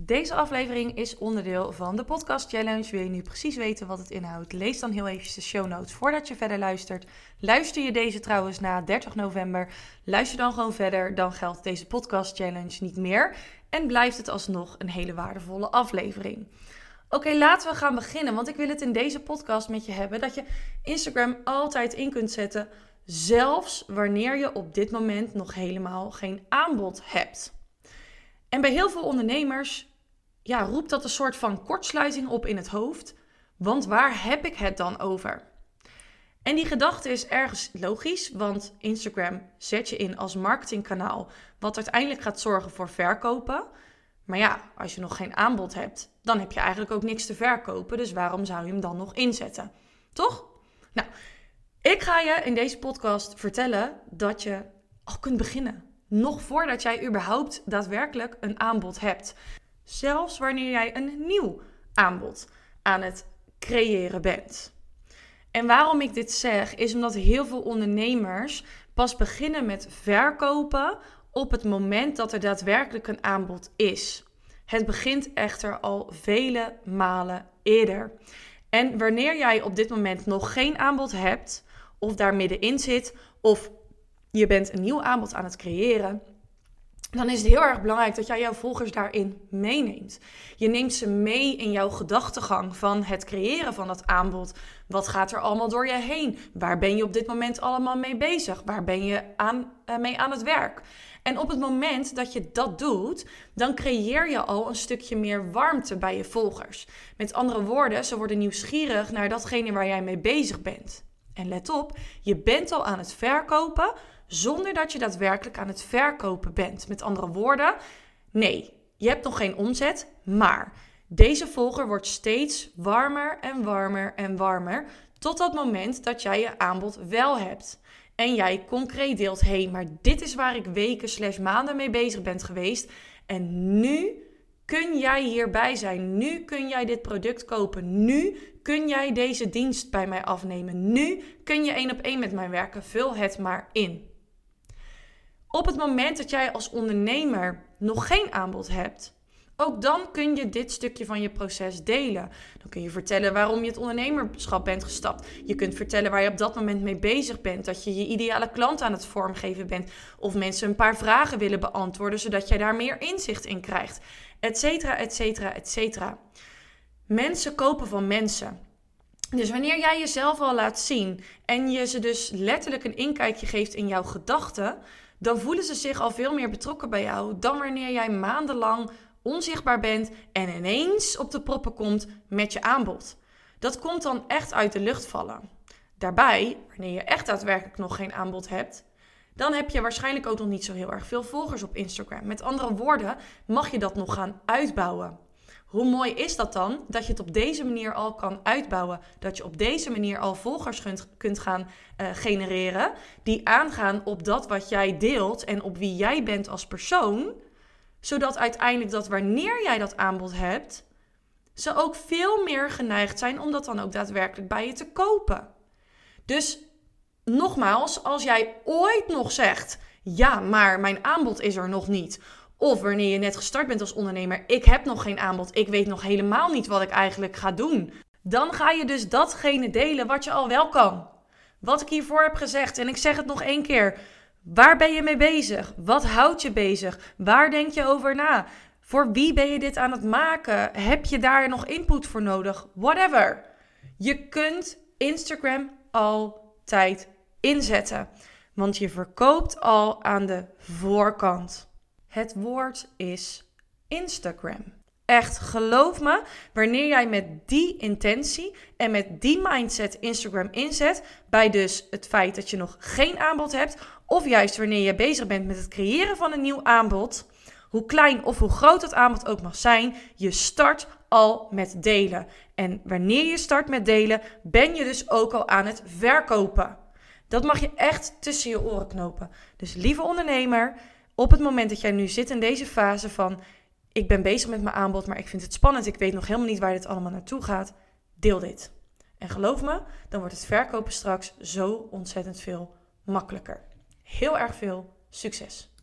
Deze aflevering is onderdeel van de podcast challenge. Wil je nu precies weten wat het inhoudt? Lees dan heel even de show notes voordat je verder luistert. Luister je deze trouwens na 30 november, luister dan gewoon verder. Dan geldt deze podcast challenge niet meer en blijft het alsnog een hele waardevolle aflevering. Oké, laten we gaan beginnen, want ik wil het in deze podcast met je hebben dat je Instagram altijd in kunt zetten, zelfs wanneer je op dit moment nog helemaal geen aanbod hebt. En bij heel veel ondernemers roept dat een soort van kortsluiting op in het hoofd. Want waar heb ik het dan over? En die gedachte is ergens logisch, want Instagram zet je in als marketingkanaal, wat uiteindelijk gaat zorgen voor verkopen. Maar ja, als je nog geen aanbod hebt, dan heb je eigenlijk ook niks te verkopen. Dus waarom zou je hem dan nog inzetten? Toch? Nou, ik ga je in deze podcast vertellen dat je al kunt beginnen. Nog voordat jij überhaupt daadwerkelijk een aanbod hebt. Zelfs wanneer jij een nieuw aanbod aan het creëren bent. En waarom ik dit zeg, is omdat heel veel ondernemers pas beginnen met verkopen op het moment dat er daadwerkelijk een aanbod is. Het begint echter al vele malen eerder. En wanneer jij op dit moment nog geen aanbod hebt, of daar middenin zit, of je bent een nieuw aanbod aan het creëren, dan is het heel erg belangrijk dat jij jouw volgers daarin meeneemt. Je neemt ze mee in jouw gedachtegang van het creëren van dat aanbod. Wat gaat er allemaal door je heen? Waar ben je op dit moment allemaal mee bezig? Waar ben je mee aan het werk? En op het moment dat je dat doet, dan creëer je al een stukje meer warmte bij je volgers. Met andere woorden, ze worden nieuwsgierig naar datgene waar jij mee bezig bent. En let op, je bent al aan het verkopen zonder dat je daadwerkelijk aan het verkopen bent. Met andere woorden, nee, je hebt nog geen omzet, maar deze volger wordt steeds warmer en warmer en warmer tot dat moment dat jij je aanbod wel hebt. En jij concreet deelt, maar dit is waar ik weken/maanden mee bezig ben geweest en nu kun jij hierbij zijn. Nu kun jij dit product kopen. Nu kun jij deze dienst bij mij afnemen. Nu kun je 1-op-1 met mij werken. Vul het maar in. Op het moment dat jij als ondernemer nog geen aanbod hebt, ook dan kun je dit stukje van je proces delen. Dan kun je vertellen waarom je het ondernemerschap bent gestapt. Je kunt vertellen waar je op dat moment mee bezig bent. Dat je je ideale klant aan het vormgeven bent. Of mensen een paar vragen willen beantwoorden, zodat jij daar meer inzicht in krijgt. Etcetera, etcetera, etcetera. Mensen kopen van mensen. Dus wanneer jij jezelf al laat zien en je ze dus letterlijk een inkijkje geeft in jouw gedachten, dan voelen ze zich al veel meer betrokken bij jou dan wanneer jij maandenlang onzichtbaar bent en ineens op de proppen komt met je aanbod. Dat komt dan echt uit de lucht vallen. Daarbij, wanneer je echt daadwerkelijk nog geen aanbod hebt, dan heb je waarschijnlijk ook nog niet zo heel erg veel volgers op Instagram. Met andere woorden, mag je dat nog gaan uitbouwen. Hoe mooi is dat dan, dat je het op deze manier al kan uitbouwen? Dat je op deze manier al volgers kunt gaan genereren die aangaan op dat wat jij deelt en op wie jij bent als persoon, zodat uiteindelijk dat wanneer jij dat aanbod hebt, ze ook veel meer geneigd zijn om dat dan ook daadwerkelijk bij je te kopen. Dus nogmaals, als jij ooit nog zegt, ja, maar mijn aanbod is er nog niet. Of wanneer je net gestart bent als ondernemer, ik heb nog geen aanbod, ik weet nog helemaal niet wat ik eigenlijk ga doen. Dan ga je dus datgene delen wat je al wel kan. Wat ik hiervoor heb gezegd, en ik zeg het nog 1 keer. Waar ben je mee bezig? Wat houdt je bezig? Waar denk je over na? Voor wie ben je dit aan het maken? Heb je daar nog input voor nodig? Whatever. Je kunt Instagram altijd inzetten. Want je verkoopt al aan de voorkant. Het woord is Instagram. Echt, geloof me, wanneer jij met die intentie en met die mindset Instagram inzet, bij dus het feit dat je nog geen aanbod hebt, of juist wanneer je bezig bent met het creëren van een nieuw aanbod, hoe klein of hoe groot dat aanbod ook mag zijn, je start al met delen. En wanneer je start met delen, ben je dus ook al aan het verkopen. Dat mag je echt tussen je oren knopen. Dus lieve ondernemer, op het moment dat jij nu zit in deze fase van ik ben bezig met mijn aanbod, maar ik vind het spannend, ik weet nog helemaal niet waar dit allemaal naartoe gaat, deel dit. En geloof me, dan wordt het verkopen straks zo ontzettend veel makkelijker. Heel erg veel succes!